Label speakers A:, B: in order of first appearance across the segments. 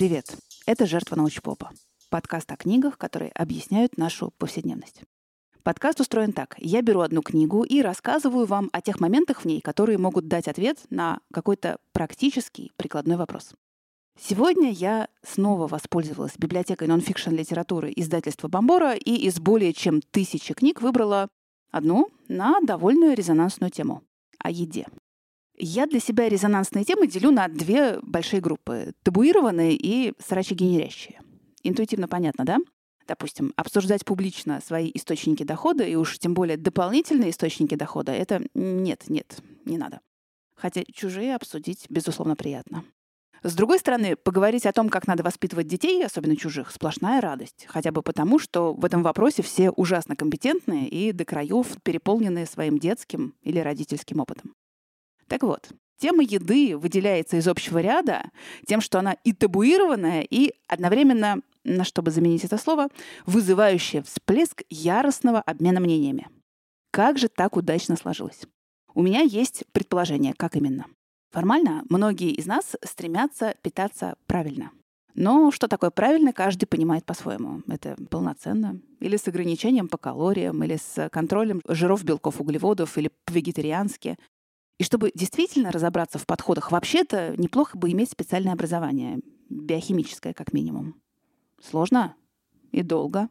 A: Привет, это «Жертва научпопа» — подкаст о книгах, которые объясняют нашу повседневность. Подкаст устроен так. Я беру одну книгу и рассказываю вам о тех моментах в ней, которые могут дать ответ на какой-то практический прикладной вопрос. Сегодня я снова воспользовалась библиотекой нон-фикшн литературы издательства «Бомбора» и из более чем 1000 книг выбрала одну на довольно резонансную тему — о еде. Я для себя резонансные темы делю на две большие группы — табуированные и срачегенерящие. Интуитивно понятно, да? Допустим, обсуждать публично свои источники дохода и уж тем более дополнительные источники дохода — это нет, не надо. Хотя чужие обсудить, безусловно, приятно. С другой стороны, поговорить о том, как надо воспитывать детей, особенно чужих, сплошная радость. Хотя бы потому, что в этом вопросе все ужасно компетентные и до краев переполненные своим детским или родительским опытом. Так вот, тема еды выделяется из общего ряда тем, что она и табуированная, и одновременно, чтобы заменить это слово, вызывающая всплеск яростного обмена мнениями. Как же так удачно сложилось? У меня есть предположение, как именно. Формально многие из нас стремятся питаться правильно. Но что такое правильно, каждый понимает по-своему. Это полноценно. Или с ограничением по калориям, или с контролем жиров, белков, углеводов, или по-вегетариански. И чтобы действительно разобраться в подходах, вообще-то неплохо бы иметь специальное образование, биохимическое как минимум. Сложно и долго.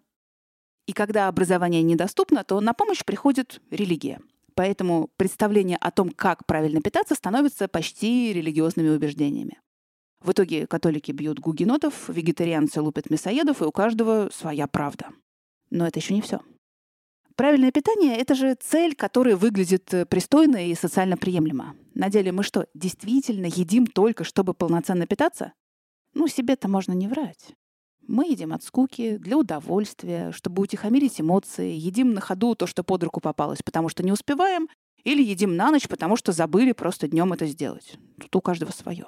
A: И когда образование недоступно, то на помощь приходит религия. Поэтому представление о том, как правильно питаться, становится почти религиозными убеждениями. В итоге католики бьют гугенотов, вегетарианцы лупят мясоедов, и у каждого своя правда. Но это еще не все. Правильное питание — это же цель, которая выглядит пристойно и социально приемлемо. На деле мы что, действительно едим только, чтобы полноценно питаться? Себе-то можно не врать. Мы едим от скуки, для удовольствия, чтобы утихомирить эмоции, едим на ходу то, что под руку попалось, потому что не успеваем, или едим на ночь, потому что забыли просто днем это сделать. Тут у каждого свое.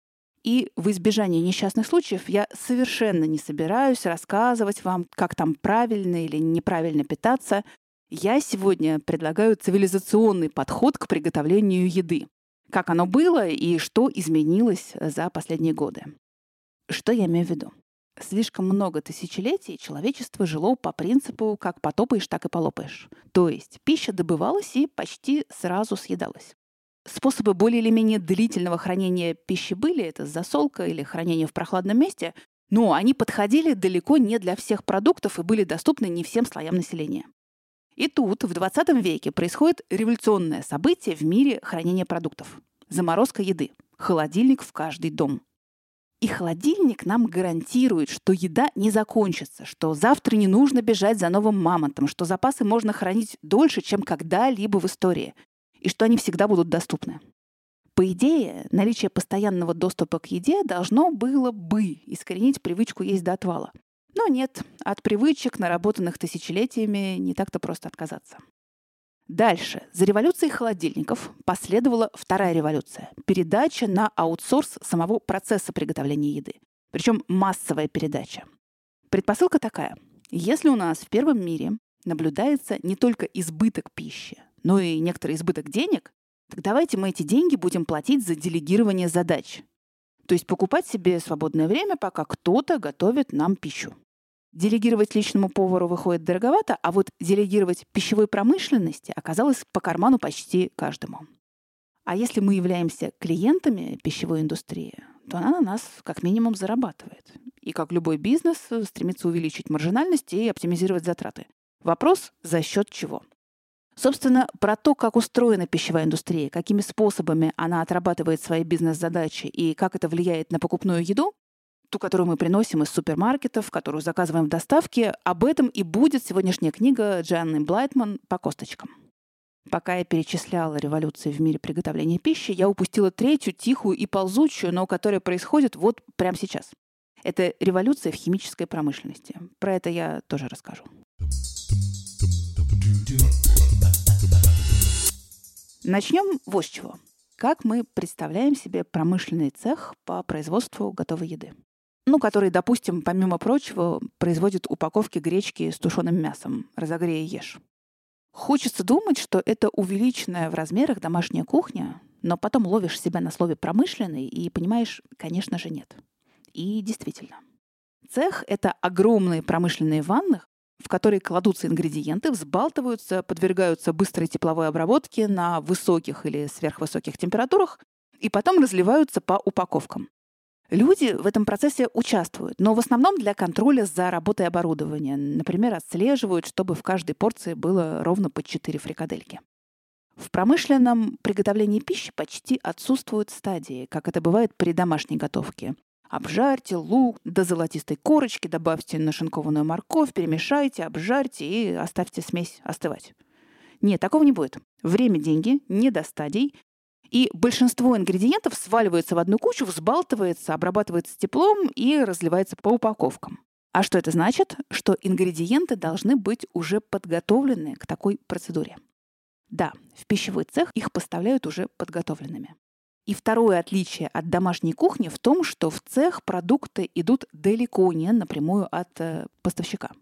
A: И в избежание несчастных случаев я совершенно не собираюсь рассказывать вам, как там правильно или неправильно питаться. Я сегодня предлагаю цивилизационный подход к приготовлению еды. Как оно было и что изменилось за последние годы. Что я имею в виду? Слишком много тысячелетий человечество жило по принципу «как потопаешь, так и полопаешь». То есть пища добывалась и почти сразу съедалась. Способы более или менее длительного хранения пищи были, это засолка или хранение в прохладном месте, но они подходили далеко не для всех продуктов и были доступны не всем слоям населения. И тут, в 20 веке, происходит революционное событие в мире хранения продуктов. Заморозка еды. Холодильник в каждый дом. И холодильник нам гарантирует, что еда не закончится, что завтра не нужно бежать за новым мамонтом, что запасы можно хранить дольше, чем когда-либо в истории, и что они всегда будут доступны. По идее, наличие постоянного доступа к еде должно было бы искоренить привычку есть до отвала. Но нет, от привычек, наработанных тысячелетиями, не так-то просто отказаться. Дальше. За революцией холодильников последовала вторая революция — передача на аутсорс самого процесса приготовления еды. Причем массовая передача. Предпосылка такая. Если у нас в первом мире наблюдается не только избыток пищи, но и некоторый избыток денег, так давайте мы эти деньги будем платить за делегирование задач. То есть покупать себе свободное время, пока кто-то готовит нам пищу. Делегировать личному повару выходит дороговато, а вот делегировать пищевой промышленности оказалось по карману почти каждому. А если мы являемся клиентами пищевой индустрии, то она на нас как минимум зарабатывает. И как любой бизнес стремится увеличить маржинальность и оптимизировать затраты. Вопрос — за счет чего? Собственно, про то, как устроена пищевая индустрия, какими способами она отрабатывает свои бизнес-задачи и как это влияет на покупную еду, ту, которую мы приносим из супермаркетов, которую заказываем в доставке, об этом и будет сегодняшняя книга Джоанны Блайтман «По косточкам». Пока я перечисляла революции в мире приготовления пищи, я упустила третью, тихую и ползучую, но которая происходит вот прямо сейчас. Это революция в химической промышленности. Про это я тоже расскажу. Начнем вот с чего. Как мы представляем себе промышленный цех по производству готовой еды? Который, допустим, помимо прочего, производит упаковки гречки с тушеным мясом. Разогрей и ешь. Хочется думать, что это увеличенная в размерах домашняя кухня, но потом ловишь себя на слове «промышленный» и понимаешь, конечно же, нет. И действительно, цех — это огромные промышленные ванны, в которые кладутся ингредиенты, взбалтываются, подвергаются быстрой тепловой обработке на высоких или сверхвысоких температурах и потом разливаются по упаковкам. Люди в этом процессе участвуют, но в основном для контроля за работой оборудования. Например, отслеживают, чтобы в каждой порции было ровно по 4 фрикадельки. В промышленном приготовлении пищи почти отсутствуют стадии, как это бывает при домашней готовке. Обжарьте лук до золотистой корочки, добавьте нашинкованную морковь, перемешайте, обжарьте и оставьте смесь остывать. Нет, такого не будет. Время — деньги, не до стадий. И большинство ингредиентов сваливается в одну кучу, взбалтывается, обрабатывается теплом и разливается по упаковкам. А что это значит? Что ингредиенты должны быть уже подготовлены к такой процедуре. Да, в пищевой цех их поставляют уже подготовленными. И второе отличие от домашней кухни в том, что в цех продукты идут далеко не напрямую от поставщика.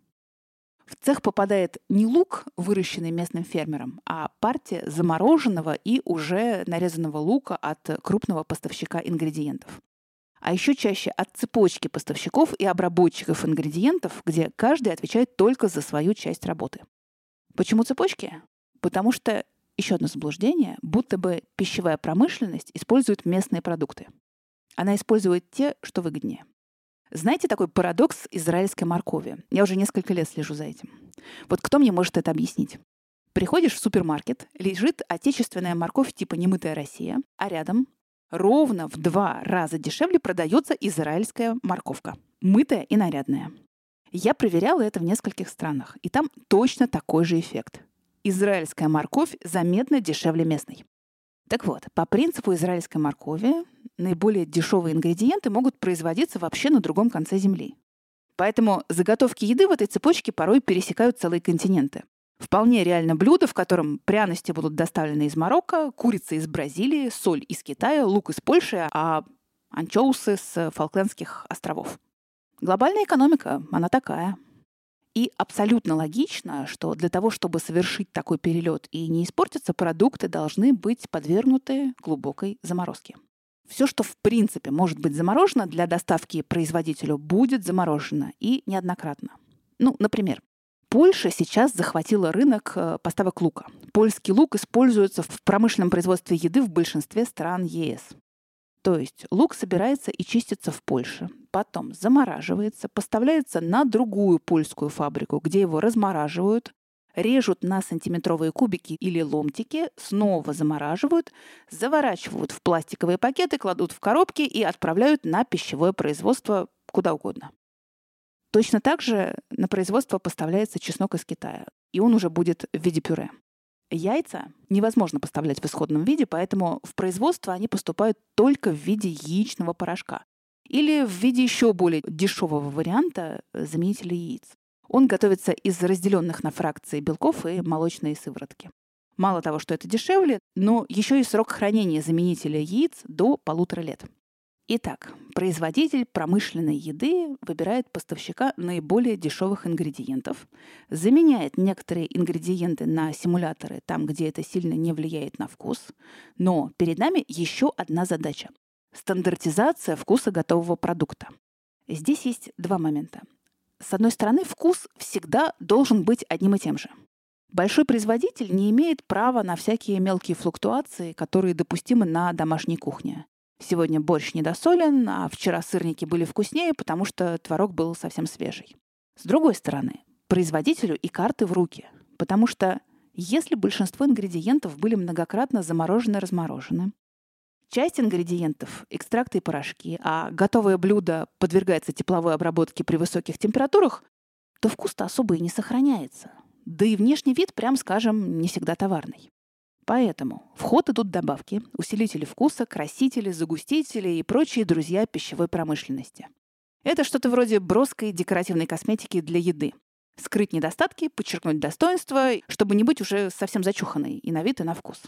A: В цех попадает не лук, выращенный местным фермером, а партия замороженного и уже нарезанного лука от крупного поставщика ингредиентов. А еще чаще от цепочки поставщиков и обработчиков ингредиентов, где каждый отвечает только за свою часть работы. Почему цепочки? Потому что, еще одно заблуждение, будто бы пищевая промышленность использует местные продукты. Она использует те, что выгоднее. Знаете такой парадокс израильской моркови? Я уже несколько лет слежу за этим. Вот кто мне может это объяснить? Приходишь в супермаркет, лежит отечественная морковь типа «Немытая Россия», а рядом ровно в 2 раза дешевле продается израильская морковка. Мытая и нарядная. Я проверяла это в нескольких странах, и там точно такой же эффект. Израильская морковь заметно дешевле местной. Так вот, по принципу израильской моркови наиболее дешевые ингредиенты могут производиться вообще на другом конце земли. Поэтому заготовки еды в этой цепочке порой пересекают целые континенты. Вполне реально блюдо, в котором пряности будут доставлены из Марокко, курица из Бразилии, соль из Китая, лук из Польши, а анчоусы с Фолклендских островов. Глобальная экономика, она такая. И абсолютно логично, что для того, чтобы совершить такой перелет и не испортиться, продукты должны быть подвергнуты глубокой заморозке. Все, что в принципе может быть заморожено для доставки производителю, будет заморожено и неоднократно. Например, Польша сейчас захватила рынок поставок лука. Польский лук используется в промышленном производстве еды в большинстве стран ЕС. То есть лук собирается и чистится в Польше, потом замораживается, поставляется на другую польскую фабрику, где его размораживают, режут на сантиметровые кубики или ломтики, снова замораживают, заворачивают в пластиковые пакеты, кладут в коробки и отправляют на пищевое производство куда угодно. Точно так же на производство поставляется чеснок из Китая, и он уже будет в виде пюре. Яйца невозможно поставлять в исходном виде, поэтому в производство они поступают только в виде яичного порошка или в виде еще более дешевого варианта заменителя яиц. Он готовится из разделенных на фракции белков и молочной сыворотки. Мало того, что это дешевле, но еще и срок хранения заменителя яиц до 1,5 лет. Итак, производитель промышленной еды выбирает поставщика наиболее дешевых ингредиентов, заменяет некоторые ингредиенты на симуляторы там, где это сильно не влияет на вкус. Но перед нами еще одна задача – стандартизация вкуса готового продукта. Здесь есть 2 момента. С одной стороны, вкус всегда должен быть одним и тем же. Большой производитель не имеет права на всякие мелкие флуктуации, которые допустимы на домашней кухне. Сегодня борщ недосолен, а вчера сырники были вкуснее, потому что творог был совсем свежий. С другой стороны, производителю и карты в руки, потому что если большинство ингредиентов были многократно заморожены-разморожены, часть ингредиентов — экстракты и порошки, а готовое блюдо подвергается тепловой обработке при высоких температурах, то вкус-то особо и не сохраняется. Да и внешний вид, прям скажем, не всегда товарный. Поэтому в ход идут добавки, усилители вкуса, красители, загустители и прочие друзья пищевой промышленности. Это что-то вроде броской декоративной косметики для еды. Скрыть недостатки, подчеркнуть достоинства, чтобы не быть уже совсем зачуханной и на вид, и на вкус.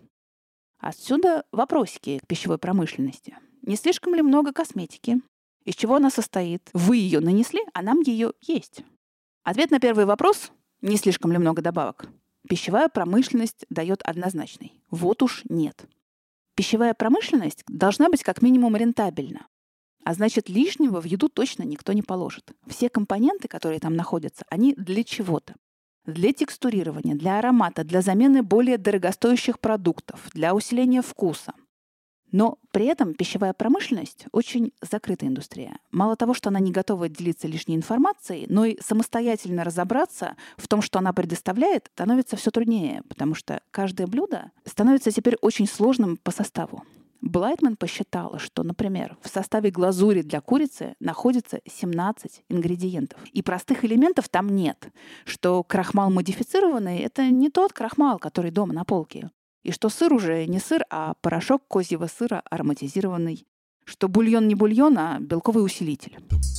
A: Отсюда вопросики к пищевой промышленности. Не слишком ли много косметики? Из чего она состоит? Вы ее нанесли, а нам ее есть. Ответ на первый вопрос – не слишком ли много добавок? Пищевая промышленность дает однозначный. Вот уж нет. Пищевая промышленность должна быть как минимум рентабельна. А значит, лишнего в еду точно никто не положит. Все компоненты, которые там находятся, они для чего-то. Для текстурирования, для аромата, для замены более дорогостоящих продуктов, для усиления вкуса. Но при этом пищевая промышленность очень закрытая индустрия. Мало того, что она не готова делиться лишней информацией, но и самостоятельно разобраться в том, что она предоставляет, становится все труднее, потому что каждое блюдо становится теперь очень сложным по составу. Блайтман посчитала, что, например, в составе глазури для курицы находится 17 ингредиентов. И простых элементов там нет. Что крахмал модифицированный — это не тот крахмал, который дома на полке. И что сыр уже не сыр, а порошок козьего сыра ароматизированный. Что бульон не бульон, а белковый усилитель.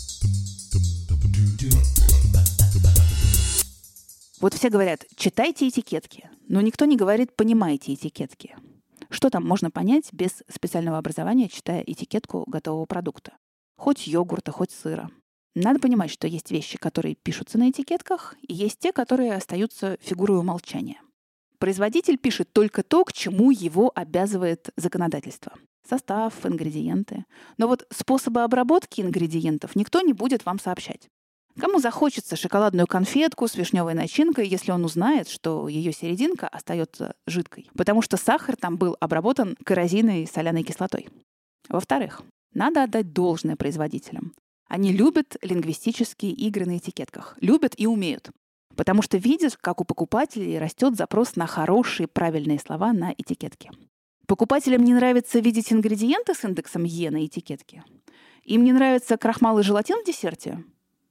A: Вот все говорят, читайте этикетки. Но никто не говорит, понимайте этикетки. Что там можно понять без специального образования, читая этикетку готового продукта? Хоть йогурта, хоть сыра. Надо понимать, что есть вещи, которые пишутся на этикетках, и есть те, которые остаются фигурой умолчания. Производитель пишет только то, к чему его обязывает законодательство. Состав, ингредиенты. Но вот способы обработки ингредиентов никто не будет вам сообщать. Кому захочется шоколадную конфетку с вишневой начинкой, если он узнает, что ее серединка остается жидкой, потому что сахар там был обработан коррозийной соляной кислотой. Во-вторых, надо отдать должное производителям. Они любят лингвистические игры на этикетках. Любят и умеют. Потому что видят, как у покупателей растет запрос на хорошие, правильные слова на этикетке. Покупателям не нравится видеть ингредиенты с индексом Е на этикетке. Им не нравится крахмал и желатин в десерте.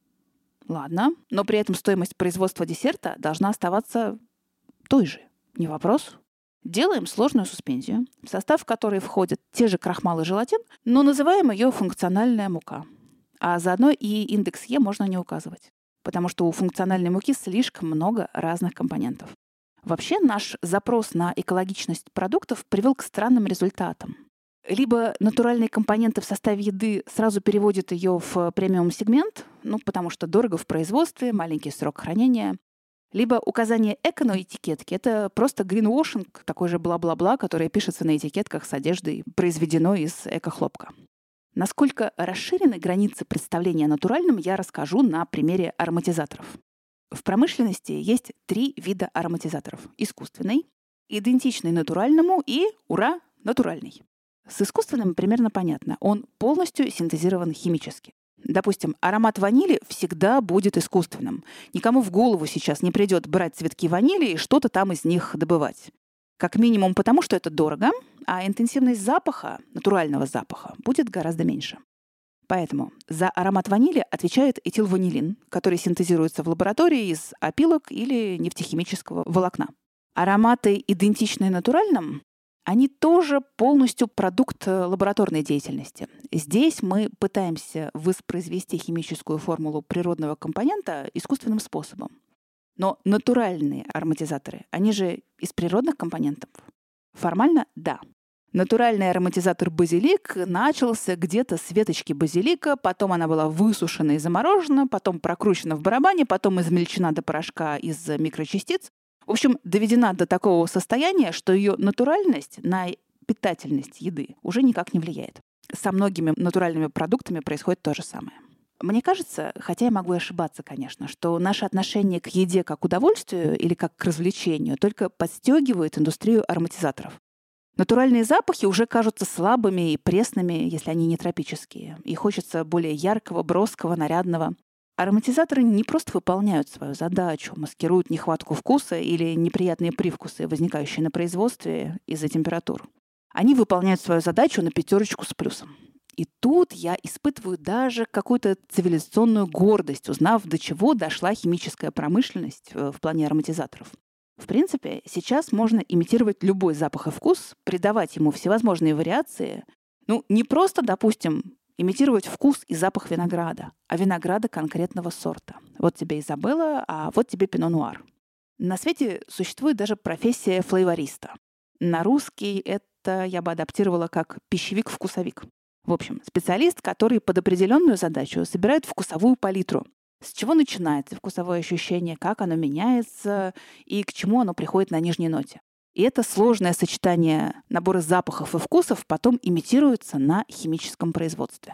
A: Ладно, но при этом стоимость производства десерта должна оставаться той же. Не вопрос. Делаем сложную суспензию, в состав которой входят те же крахмал и желатин, но называем ее функциональная мука. А заодно и индекс Е можно не указывать, потому что у функциональной муки слишком много разных компонентов. Вообще наш запрос на экологичность продуктов привел к странным результатам. Либо натуральные компоненты в составе еды сразу переводят ее в премиум-сегмент, потому что дорого в производстве, маленький срок хранения. Либо указание «эко» на этикетке — это просто гринвошинг, такой же бла-бла-бла, который пишется на этикетках с одеждой, произведено из эко-хлопка. Насколько расширены границы представления о натуральном, я расскажу на примере ароматизаторов. В промышленности есть 3 вида ароматизаторов. Искусственный, идентичный натуральному и, ура, натуральный. С искусственным примерно понятно. Он полностью синтезирован химически. Допустим, аромат ванили всегда будет искусственным. Никому в голову сейчас не придет брать цветки ванили и что-то там из них добывать. Как минимум потому, что это дорого, а интенсивность запаха, натурального запаха, будет гораздо меньше. Поэтому за аромат ванили отвечает этилванилин, который синтезируется в лаборатории из опилок или нефтехимического волокна. Ароматы, идентичные натуральным, они тоже полностью продукт лабораторной деятельности. Здесь мы пытаемся воспроизвести химическую формулу природного компонента искусственным способом. Но натуральные ароматизаторы, они же из природных компонентов. Формально — да. Натуральный ароматизатор базилик начался где-то с веточки базилика, потом она была высушена и заморожена, потом прокручена в барабане, потом измельчена до порошка из микрочастиц. В общем, доведена до такого состояния, что ее натуральность на питательность еды уже никак не влияет. Со многими натуральными продуктами происходит то же самое. Мне кажется, хотя я могу ошибаться, конечно, что наше отношение к еде как к удовольствию или как к развлечению только подстегивает индустрию ароматизаторов. Натуральные запахи уже кажутся слабыми и пресными, если они не тропические, и хочется более яркого, броского, нарядного. Ароматизаторы не просто выполняют свою задачу, маскируют нехватку вкуса или неприятные привкусы, возникающие на производстве из-за температур. Они выполняют свою задачу на 5 с плюсом. И тут я испытываю даже какую-то цивилизационную гордость, узнав, до чего дошла химическая промышленность в плане ароматизаторов. В принципе, сейчас можно имитировать любой запах и вкус, придавать ему всевозможные вариации. Не просто, допустим, имитировать вкус и запах винограда, а винограда конкретного сорта. Вот тебе Изабелла, а вот тебе пино-нуар. На свете существует даже профессия флейвориста. На русский это я бы адаптировала как пищевик-вкусовик. В общем, специалист, который под определенную задачу собирает вкусовую палитру. С чего начинается вкусовое ощущение, как оно меняется и к чему оно приходит на нижней ноте. И это сложное сочетание набора запахов и вкусов потом имитируется на химическом производстве.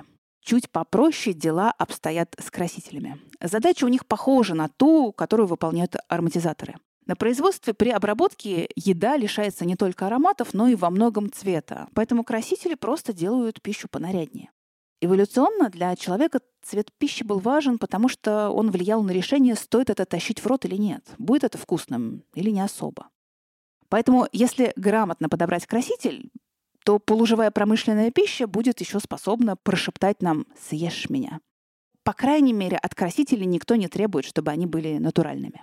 A: Чуть попроще дела обстоят с красителями. Задача у них похожа на ту, которую выполняют ароматизаторы. На производстве при обработке еда лишается не только ароматов, но и во многом цвета. Поэтому красители просто делают пищу понаряднее. Эволюционно для человека цвет пищи был важен, потому что он влиял на решение, стоит это тащить в рот или нет, будет это вкусным или не особо. Поэтому если грамотно подобрать краситель, то полуживая промышленная пища будет еще способна прошептать нам «съешь меня». По крайней мере, от красителей никто не требует, чтобы они были натуральными.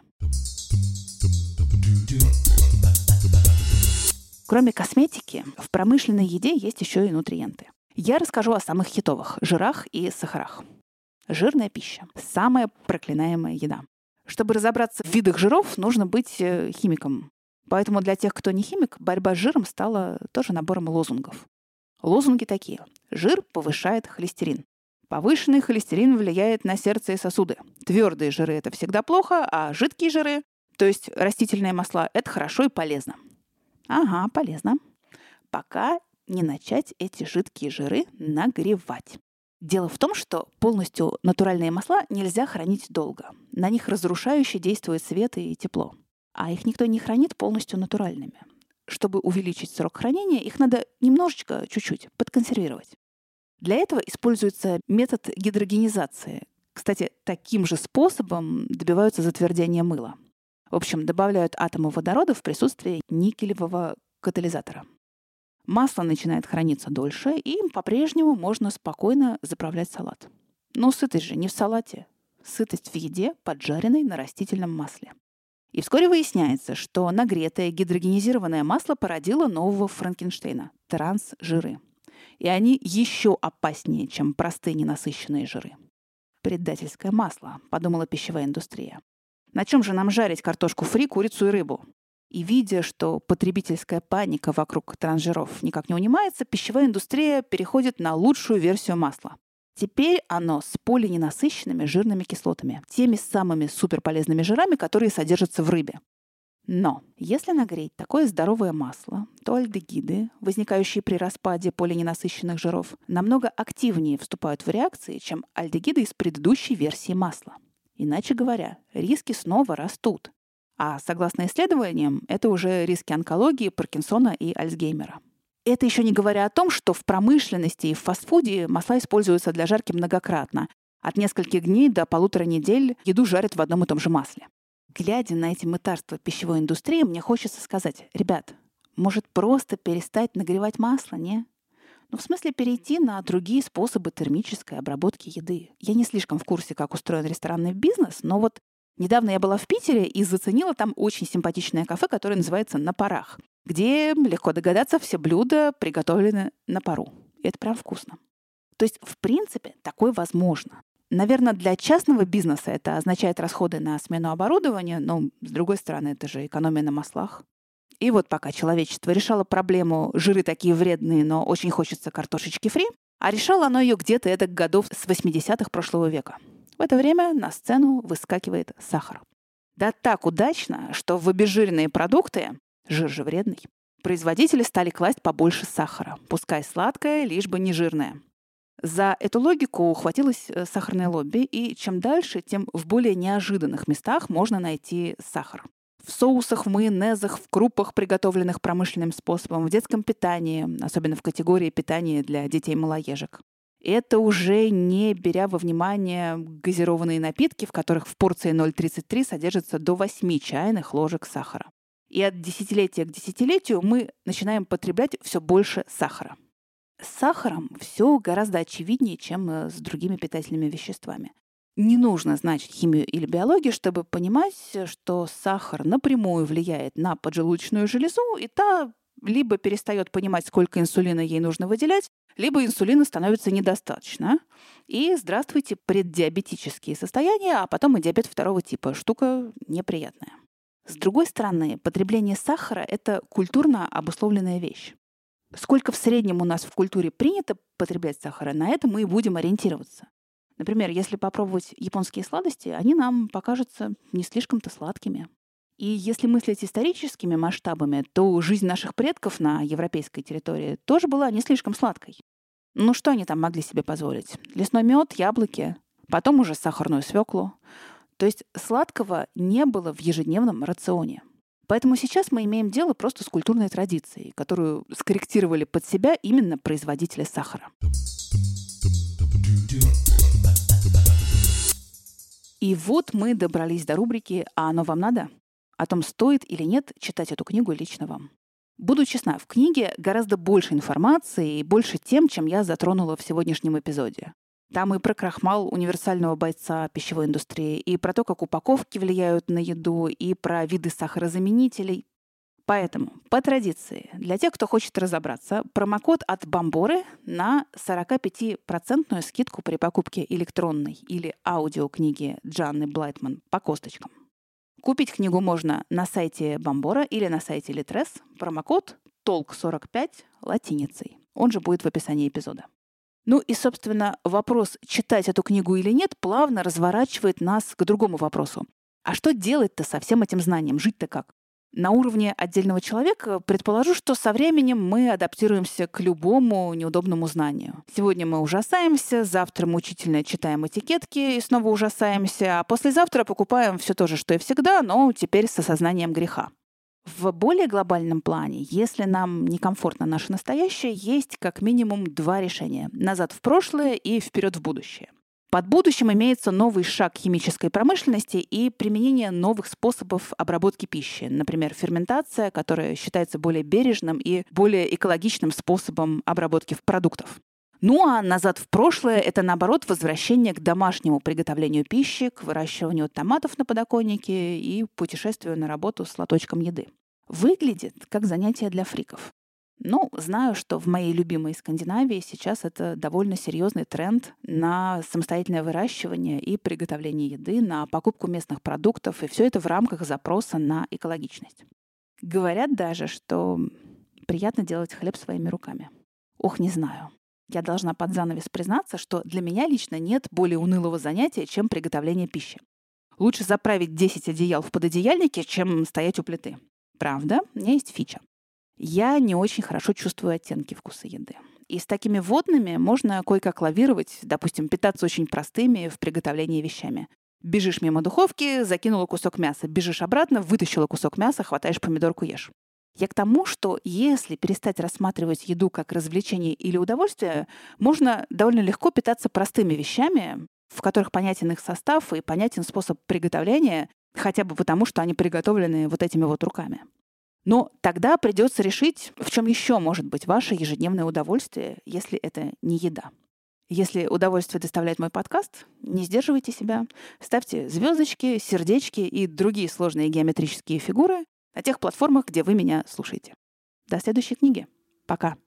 A: Кроме косметики, в промышленной еде есть еще и нутриенты. Я расскажу о самых хитовых – жирах и сахарах. Жирная пища – самая проклинаемая еда. Чтобы разобраться в видах жиров, нужно быть химиком. Поэтому для тех, кто не химик, борьба с жиром стала тоже набором лозунгов. Лозунги такие. Жир повышает холестерин. Повышенный холестерин влияет на сердце и сосуды. Твердые жиры – это всегда плохо, а жидкие жиры, то есть растительные масла, это хорошо и полезно. Ага, полезно. Пока не начать эти жидкие жиры нагревать. Дело в том, что полностью натуральные масла нельзя хранить долго. На них разрушающе действует свет и тепло. А их никто не хранит полностью натуральными. Чтобы увеличить срок хранения, их надо немножечко, чуть-чуть подконсервировать. Для этого используется метод гидрогенизации. Кстати, таким же способом добиваются затвердения мыла. В общем, добавляют атомы водорода в присутствии никелевого катализатора. Масло начинает храниться дольше, и им по-прежнему можно спокойно заправлять салат. Но сытость же не в салате. Сытость в еде, поджаренной на растительном масле. И вскоре выясняется, что нагретое гидрогенизированное масло породило нового Франкенштейна – трансжиры. И они еще опаснее, чем простые ненасыщенные жиры. Предательское масло, подумала пищевая индустрия. На чем же нам жарить картошку фри, курицу и рыбу? И видя, что потребительская паника вокруг трансжиров никак не унимается, пищевая индустрия переходит на лучшую версию масла. Теперь оно с полиненасыщенными жирными кислотами, теми самыми суперполезными жирами, которые содержатся в рыбе. Но если нагреть такое здоровое масло, то альдегиды, возникающие при распаде полиненасыщенных жиров, намного активнее вступают в реакции, чем альдегиды из предыдущей версии масла. Иначе говоря, риски снова растут. А согласно исследованиям, это уже риски онкологии, Паркинсона и Альцгеймера. Это еще не говоря о том, что в промышленности и в фастфуде масла используются для жарки многократно. От нескольких дней до 1,5 недели еду жарят в одном и том же масле. Глядя на эти мытарства пищевой индустрии, мне хочется сказать, ребят, может просто перестать нагревать масло, не? В смысле перейти на другие способы термической обработки еды. Я не слишком в курсе, как устроен ресторанный бизнес, но вот недавно я была в Питере и заценила там очень симпатичное кафе, которое называется «На парах», где, легко догадаться, все блюда приготовлены на пару. И это прям вкусно. То есть, в принципе, такое возможно. Наверное, для частного бизнеса это означает расходы на смену оборудования, но, с другой стороны, это же экономия на маслах. И вот пока человечество решало проблему «жиры такие вредные, но очень хочется картошечки фри», а решало оно ее где-то эдак годов с 80-х прошлого века. В это время на сцену выскакивает сахар. Да так удачно, что в обезжиренные продукты, жир же вредный, производители стали класть побольше сахара, пускай сладкое, лишь бы не жирное. За эту логику ухватилось сахарное лобби, и чем дальше, тем в более неожиданных местах можно найти сахар. В соусах, в майонезах, в крупах, приготовленных промышленным способом, в детском питании, особенно в категории питания для детей-малоежек. Это уже не беря во внимание газированные напитки, в которых в порции 0,33 содержится до 8 чайных ложек сахара. И от десятилетия к десятилетию мы начинаем потреблять все больше сахара. С сахаром все гораздо очевиднее, чем с другими питательными веществами. Не нужно знать химию или биологию, чтобы понимать, что сахар напрямую влияет на поджелудочную железу, и та либо перестает понимать, сколько инсулина ей нужно выделять, либо инсулина становится недостаточно. И здравствуйте, преддиабетические состояния, а потом и диабет 2 типа. Штука неприятная. С другой стороны, потребление сахара – это культурно обусловленная вещь. Сколько в среднем у нас в культуре принято потреблять сахара, на это мы и будем ориентироваться. Например, если попробовать японские сладости, они нам покажутся не слишком-то сладкими. И если мыслить историческими масштабами, то жизнь наших предков на европейской территории тоже была не слишком сладкой. Ну что они там могли себе позволить? Лесной мед, яблоки, потом уже сахарную свеклу. То есть сладкого не было в ежедневном рационе. Поэтому сейчас мы имеем дело просто с культурной традицией, которую скорректировали под себя именно производители сахара. И вот мы добрались до рубрики «А оно вам надо?», о том, стоит или нет читать эту книгу лично вам. Буду честна, в книге гораздо больше информации и больше тем, чем я затронула в сегодняшнем эпизоде. Там и про крахмал универсального бойца пищевой индустрии, и про то, как упаковки влияют на еду, и про виды сахарозаменителей. Поэтому, по традиции, для тех, кто хочет разобраться, промокод от Бамборы на 45% скидку при покупке электронной или аудиокниги Джанны Блайтман по косточкам. Купить книгу можно на сайте Бамбора или на сайте Литрес. Промокод TOLK45 латиницей. Он же будет в описании эпизода. Ну и, собственно, вопрос, читать эту книгу или нет, плавно разворачивает нас к другому вопросу. А что делать-то со всем этим знанием? Жить-то как? На уровне отдельного человека предположу, что со временем мы адаптируемся к любому неудобному знанию. Сегодня мы ужасаемся, завтра мучительно читаем этикетки и снова ужасаемся, а послезавтра покупаем все то же, что и всегда, но теперь с осознанием греха. В более глобальном плане, если нам некомфортно наше настоящее, есть как минимум 2 решения – назад в прошлое и вперед в будущее. Под будущим имеется новый шаг химической промышленности и применение новых способов обработки пищи. Например, ферментация, которая считается более бережным и более экологичным способом обработки продуктов. Ну а назад в прошлое – это, наоборот, возвращение к домашнему приготовлению пищи, к выращиванию томатов на подоконнике и путешествию на работу с лоточком еды. Выглядит как занятие для фриков. Ну, знаю, что в моей любимой Скандинавии сейчас это довольно серьезный тренд на самостоятельное выращивание и приготовление еды, на покупку местных продуктов, и все это в рамках запроса на экологичность. Говорят даже, что приятно делать хлеб своими руками. Ох, не знаю. Я должна под занавес признаться, что для меня лично нет более унылого занятия, чем приготовление пищи. Лучше заправить 10 одеял в пододеяльнике, чем стоять у плиты. Правда, у меня есть фича. Я не очень хорошо чувствую оттенки вкуса еды. И с такими водными можно кое-как лавировать, допустим, питаться очень простыми в приготовлении вещами. Бежишь мимо духовки, закинула кусок мяса. Бежишь обратно, вытащила кусок мяса, хватаешь помидорку, ешь. Я к тому, что если перестать рассматривать еду как развлечение или удовольствие, можно довольно легко питаться простыми вещами, в которых понятен их состав и понятен способ приготовления, хотя бы потому, что они приготовлены вот этими вот руками. Но тогда придется решить, в чем еще может быть ваше ежедневное удовольствие, если это не еда. Если удовольствие доставляет мой подкаст, не сдерживайте себя. Ставьте звездочки, сердечки и другие сложные геометрические фигуры на тех платформах, где вы меня слушаете. До следующей книги. Пока.